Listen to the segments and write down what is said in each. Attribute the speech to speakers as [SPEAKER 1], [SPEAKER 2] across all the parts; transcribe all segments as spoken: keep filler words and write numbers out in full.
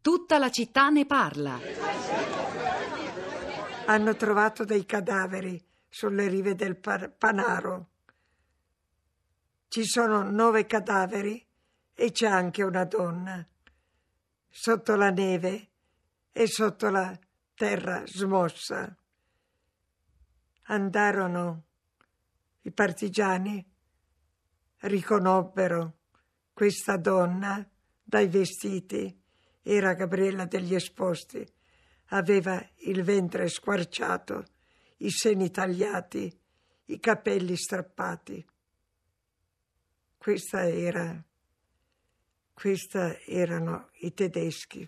[SPEAKER 1] Tutta la città ne parla.
[SPEAKER 2] Hanno trovato dei cadaveri sulle rive del Panaro. Ci sono nove cadaveri e c'è anche una donna sotto la neve e sotto la terra smossa. Andarono i partigiani, riconobbero questa donna dai vestiti. Era Gabriella degli Esposti, aveva il ventre squarciato, i seni tagliati, i capelli strappati. Questa era, questa erano i tedeschi.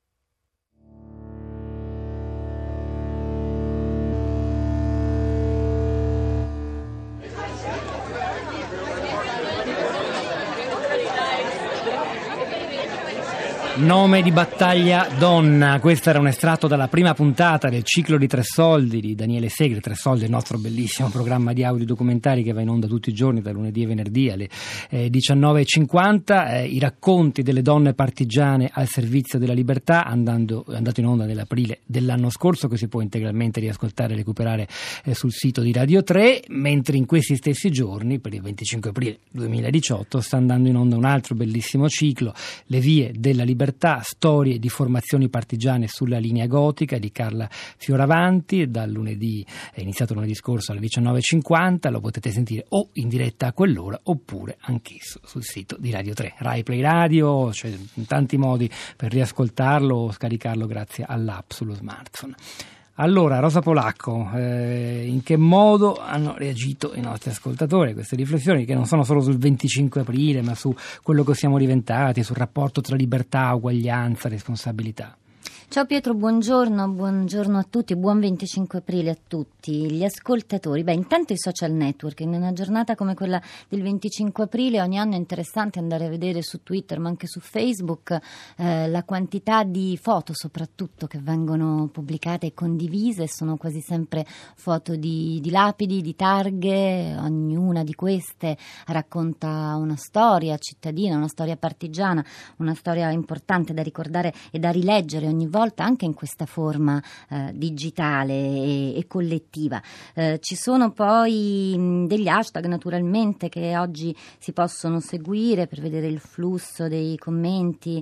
[SPEAKER 3] Nome di battaglia donna, questo era un estratto dalla prima puntata del ciclo di Tre Soldi di Daniele Segre. Tre Soldi è il nostro bellissimo programma di audiodocumentari che va in onda tutti i giorni da lunedì e venerdì alle eh, diciannove e cinquanta, eh, i racconti delle donne partigiane al servizio della libertà, andando, è andato in onda nell'aprile dell'anno scorso, che si può integralmente riascoltare e recuperare eh, sul sito di Radio tre, mentre in questi stessi giorni, per il venticinque aprile duemiladiciotto, sta andando in onda un altro bellissimo ciclo, Le vie della libertà, storie di formazioni partigiane sulla linea gotica, di Carla Fioravanti. Dal lunedì, è iniziato lunedì scorso alle diciannove e cinquanta, lo potete sentire o in diretta a quell'ora oppure anch'esso sul sito di Radio tre. Rai Play Radio, c'è cioè, tanti modi per riascoltarlo o scaricarlo grazie all'app sullo smartphone. Allora, Rosa Polacco, eh, in che modo hanno reagito i nostri ascoltatori a queste riflessioni, che non sono solo sul venticinque aprile, ma su quello che siamo diventati, sul rapporto tra libertà, uguaglianza, responsabilità?
[SPEAKER 4] Ciao Pietro, buongiorno, buongiorno a tutti, buon venticinque aprile a tutti gli ascoltatori. Beh, intanto i social network, in una giornata come quella del venticinque aprile ogni anno è interessante andare a vedere su Twitter ma anche su Facebook eh, la quantità di foto soprattutto che vengono pubblicate e condivise. Sono quasi sempre foto di, di lapidi, di targhe, ognuna di queste racconta una storia cittadina, una storia partigiana, una storia importante da ricordare e da rileggere ogni volta, anche in questa forma eh, digitale e, e collettiva. Eh, ci sono poi mh, degli hashtag naturalmente che oggi si possono seguire per vedere il flusso dei commenti,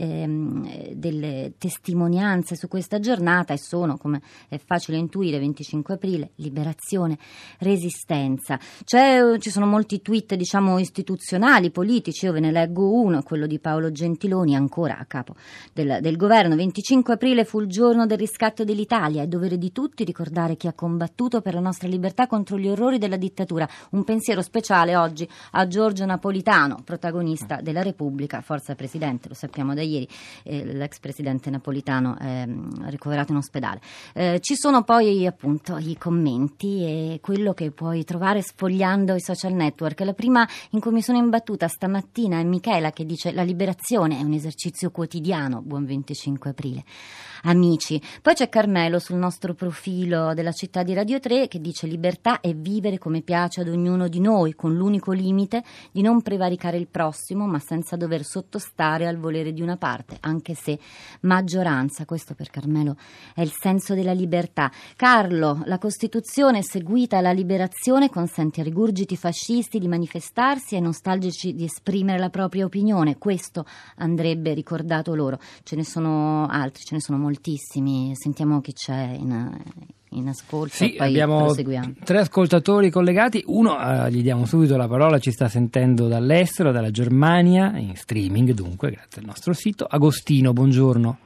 [SPEAKER 4] ehm, delle testimonianze su questa giornata, e sono, come è facile intuire, venticinque aprile, liberazione, resistenza. C'è, ci sono molti tweet, diciamo, istituzionali, politici. Io ve ne leggo uno, quello di Paolo Gentiloni, ancora a capo del, del governo. venticinque aprile fu il giorno del riscatto dell'Italia, è dovere di tutti ricordare chi ha combattuto per la nostra libertà contro gli orrori della dittatura. Un pensiero speciale oggi a Giorgio Napolitano, protagonista della Repubblica, forza presidente, lo sappiamo da ieri, eh, l'ex presidente Napolitano è eh, ricoverato in ospedale. Eh, ci sono poi appunto i commenti e quello che puoi trovare sfogliando i social network. La prima in cui mi sono imbattuta stamattina è Michela, che dice: la liberazione è un esercizio quotidiano, buon venticinque aprile. Amici. Poi c'è Carmelo sul nostro profilo della città di Radio tre che dice: libertà è vivere come piace ad ognuno di noi, con l'unico limite di non prevaricare il prossimo, ma senza dover sottostare al volere di una parte, anche se maggioranza. Questo per Carmelo è il senso della libertà. Carlo, la Costituzione seguita alla liberazione consente ai rigurgiti fascisti di manifestarsi e ai nostalgici di esprimere la propria opinione. Questo andrebbe ricordato loro. Ce ne sono altri, ce ne sono moltissimi. Sentiamo chi c'è in, in ascolto.
[SPEAKER 3] Sì,
[SPEAKER 4] e poi
[SPEAKER 3] abbiamo
[SPEAKER 4] proseguiamo.
[SPEAKER 3] Tre ascoltatori collegati. Uno, eh, gli diamo subito la parola, ci sta sentendo dall'estero, dalla Germania, in streaming dunque, grazie al nostro sito. Agostino, buongiorno.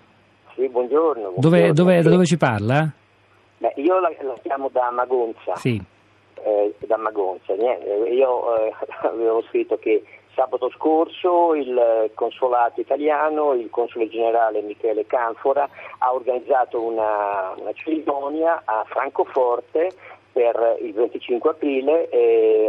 [SPEAKER 5] Sì, buongiorno. buongiorno.
[SPEAKER 3] Dove, dove, da dove ci parla?
[SPEAKER 5] Beh, io la, la chiamo da Magonza.
[SPEAKER 3] Sì.
[SPEAKER 5] Eh, da Magonza. Niente, io eh, avevo scritto che sabato scorso il consolato italiano, il console generale Michele Canfora, ha organizzato una, una cerimonia a Francoforte per il venticinque aprile e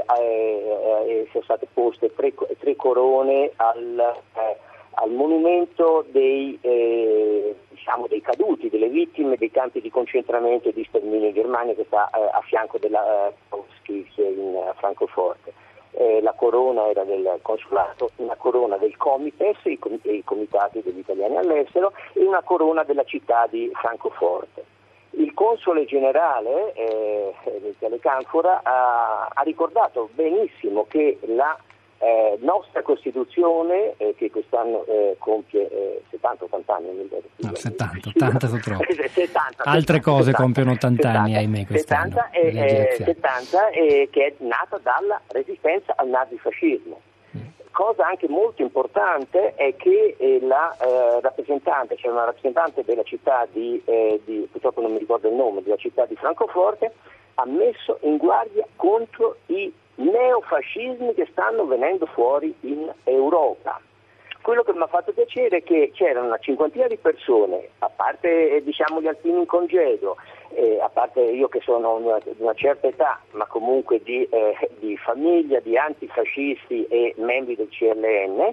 [SPEAKER 5] eh, sono state poste tre, tre corone al, eh, al monumento dei, eh, diciamo dei caduti, delle vittime dei campi di concentramento e di sterminio in Germania, che sta eh, a fianco della eh, Auschwitz in uh, Francoforte. eh, la corona era del consolato, una corona del Comites, i, com- i comitati degli italiani all'estero, e una corona della città di Francoforte. Il console generale, eh, Michele Canfora, ha, ha ricordato benissimo che la eh, nostra Costituzione, eh, che quest'anno eh, compie eh, settanta ottanta anni, non mi ricordo più,
[SPEAKER 3] no, settanta, ottanta sono troppo.
[SPEAKER 5] settanta,
[SPEAKER 3] Altre
[SPEAKER 5] settanta,
[SPEAKER 3] cose
[SPEAKER 5] settanta,
[SPEAKER 3] compiono ottanta anni,
[SPEAKER 5] settanta,
[SPEAKER 3] ahimè, quest'anno.
[SPEAKER 5] settanta, eh, settanta eh, che è nata dalla resistenza al nazifascismo. Cosa anche molto importante è che eh, la eh, rappresentante, c'era cioè una rappresentante della città di, eh, di, purtroppo non mi ricordo il nome, della città di Francoforte, ha messo in guardia contro i neofascismi che stanno venendo fuori in Europa. Quello che mi ha fatto piacere è che c'erano una cinquantina di persone, a parte eh, diciamo gli alpini in congedo, eh, a parte io che sono una, di una certa età, ma comunque di, eh, di famiglia, di antifascisti e membri del C L N,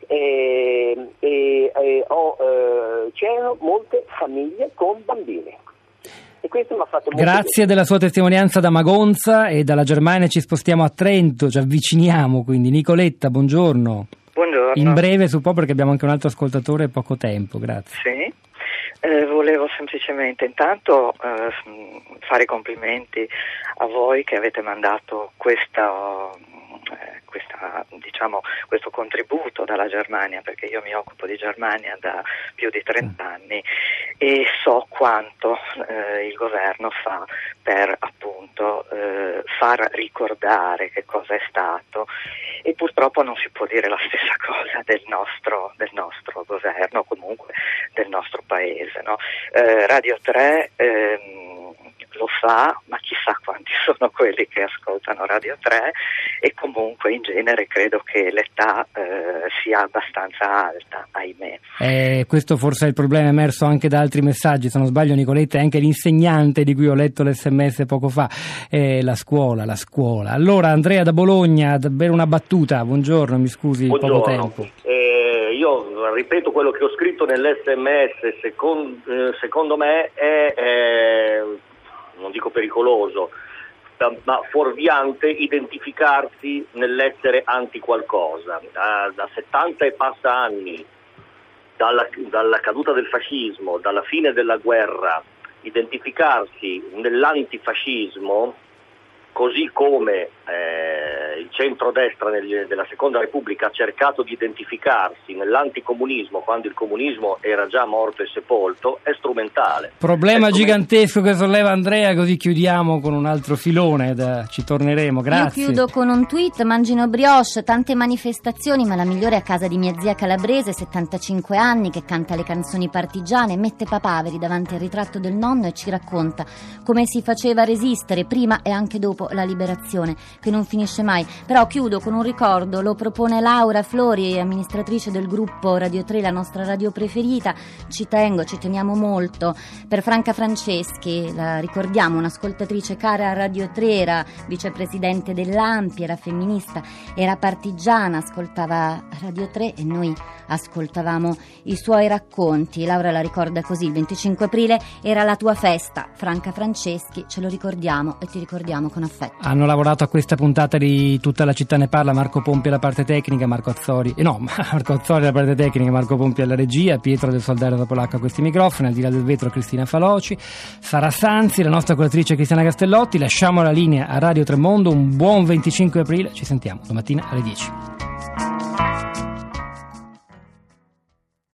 [SPEAKER 5] e, e, e ho, eh, c'erano molte famiglie con bambini. E questo mi ha fatto molto
[SPEAKER 3] Grazie
[SPEAKER 5] piacere.
[SPEAKER 3] della sua testimonianza da Magonza, e dalla Germania ci spostiamo a Trento, ci avviciniamo quindi. Nicoletta, buongiorno.
[SPEAKER 6] Buongiorno.
[SPEAKER 3] In breve su po', perché abbiamo anche un altro ascoltatore e poco tempo, grazie.
[SPEAKER 6] Sì, eh, volevo semplicemente intanto eh, fare i complimenti a voi che avete mandato questa, eh, questa, diciamo, questo contributo dalla Germania, perché io mi occupo di Germania da più di trent'anni e so quanto eh, il governo fa per appunto eh, far ricordare che cosa è stato, e purtroppo non si può dire la stessa cosa del nostro, del nostro governo, comunque del nostro paese, no? eh, Radio tre ehm, lo fa, ma chissà quanti sono quelli che ascoltano Radio tre, e comunque in genere credo che l'età eh, sia abbastanza alta, ahimè.
[SPEAKER 3] Eh, questo forse è il problema emerso anche da altri messaggi, se non sbaglio Nicoletta è anche l'insegnante di cui ho letto l'esse emme esse poco fa, eh, la scuola, la scuola. Allora Andrea da Bologna, davvero una battuta, buongiorno, mi scusi il poco tempo.
[SPEAKER 7] Eh, io ripeto quello che ho scritto nell'esse emme esse, secondo, eh, secondo me è... Eh, non dico pericoloso, ma fuorviante identificarsi nell'essere anti qualcosa. Da, da settanta e passa anni, dalla, dalla caduta del fascismo, dalla fine della guerra, identificarsi nell'antifascismo, così come eh, il centrodestra nel, della Seconda Repubblica ha cercato di identificarsi nell'anticomunismo quando il comunismo era già morto e sepolto, è strumentale.
[SPEAKER 3] Problema
[SPEAKER 7] è
[SPEAKER 3] gigantesco che solleva Andrea, così chiudiamo con un altro filone, da, ci torneremo, grazie.
[SPEAKER 4] Io chiudo con un tweet: mangino brioche, tante manifestazioni, ma la migliore è a casa di mia zia calabrese, settantacinque anni, che canta le canzoni partigiane, mette papaveri davanti al ritratto del nonno e ci racconta come si faceva a resistere prima e anche dopo la liberazione, che non finisce mai. Però chiudo con un ricordo, lo propone Laura Flori, amministratrice del gruppo Radio tre, la nostra radio preferita. Ci tengo, ci teniamo molto per Franca Franceschi, la ricordiamo, un'ascoltatrice cara a Radio tre, era vicepresidente dell'Ampi, era femminista, era partigiana, ascoltava Radio tre e noi ascoltavamo i suoi racconti. Laura la ricorda così: il venticinque aprile era la tua festa, Franca Franceschi, ce lo ricordiamo e ti ricordiamo con affetto.
[SPEAKER 3] Hanno lavorato a questa puntata di Tutta la città ne parla Marco Pompi alla parte tecnica, Marco Azzori, eh no, Marco Azzori alla parte tecnica, Marco Pompi alla regia, Pietro del Soldario da Polacco a questi microfoni, al di là del vetro Cristina Faloci, Sara Sanzi, la nostra curatrice Cristiana Castellotti. Lasciamo la linea a Radio Tremondo, un buon venticinque aprile, ci sentiamo domattina alle dieci.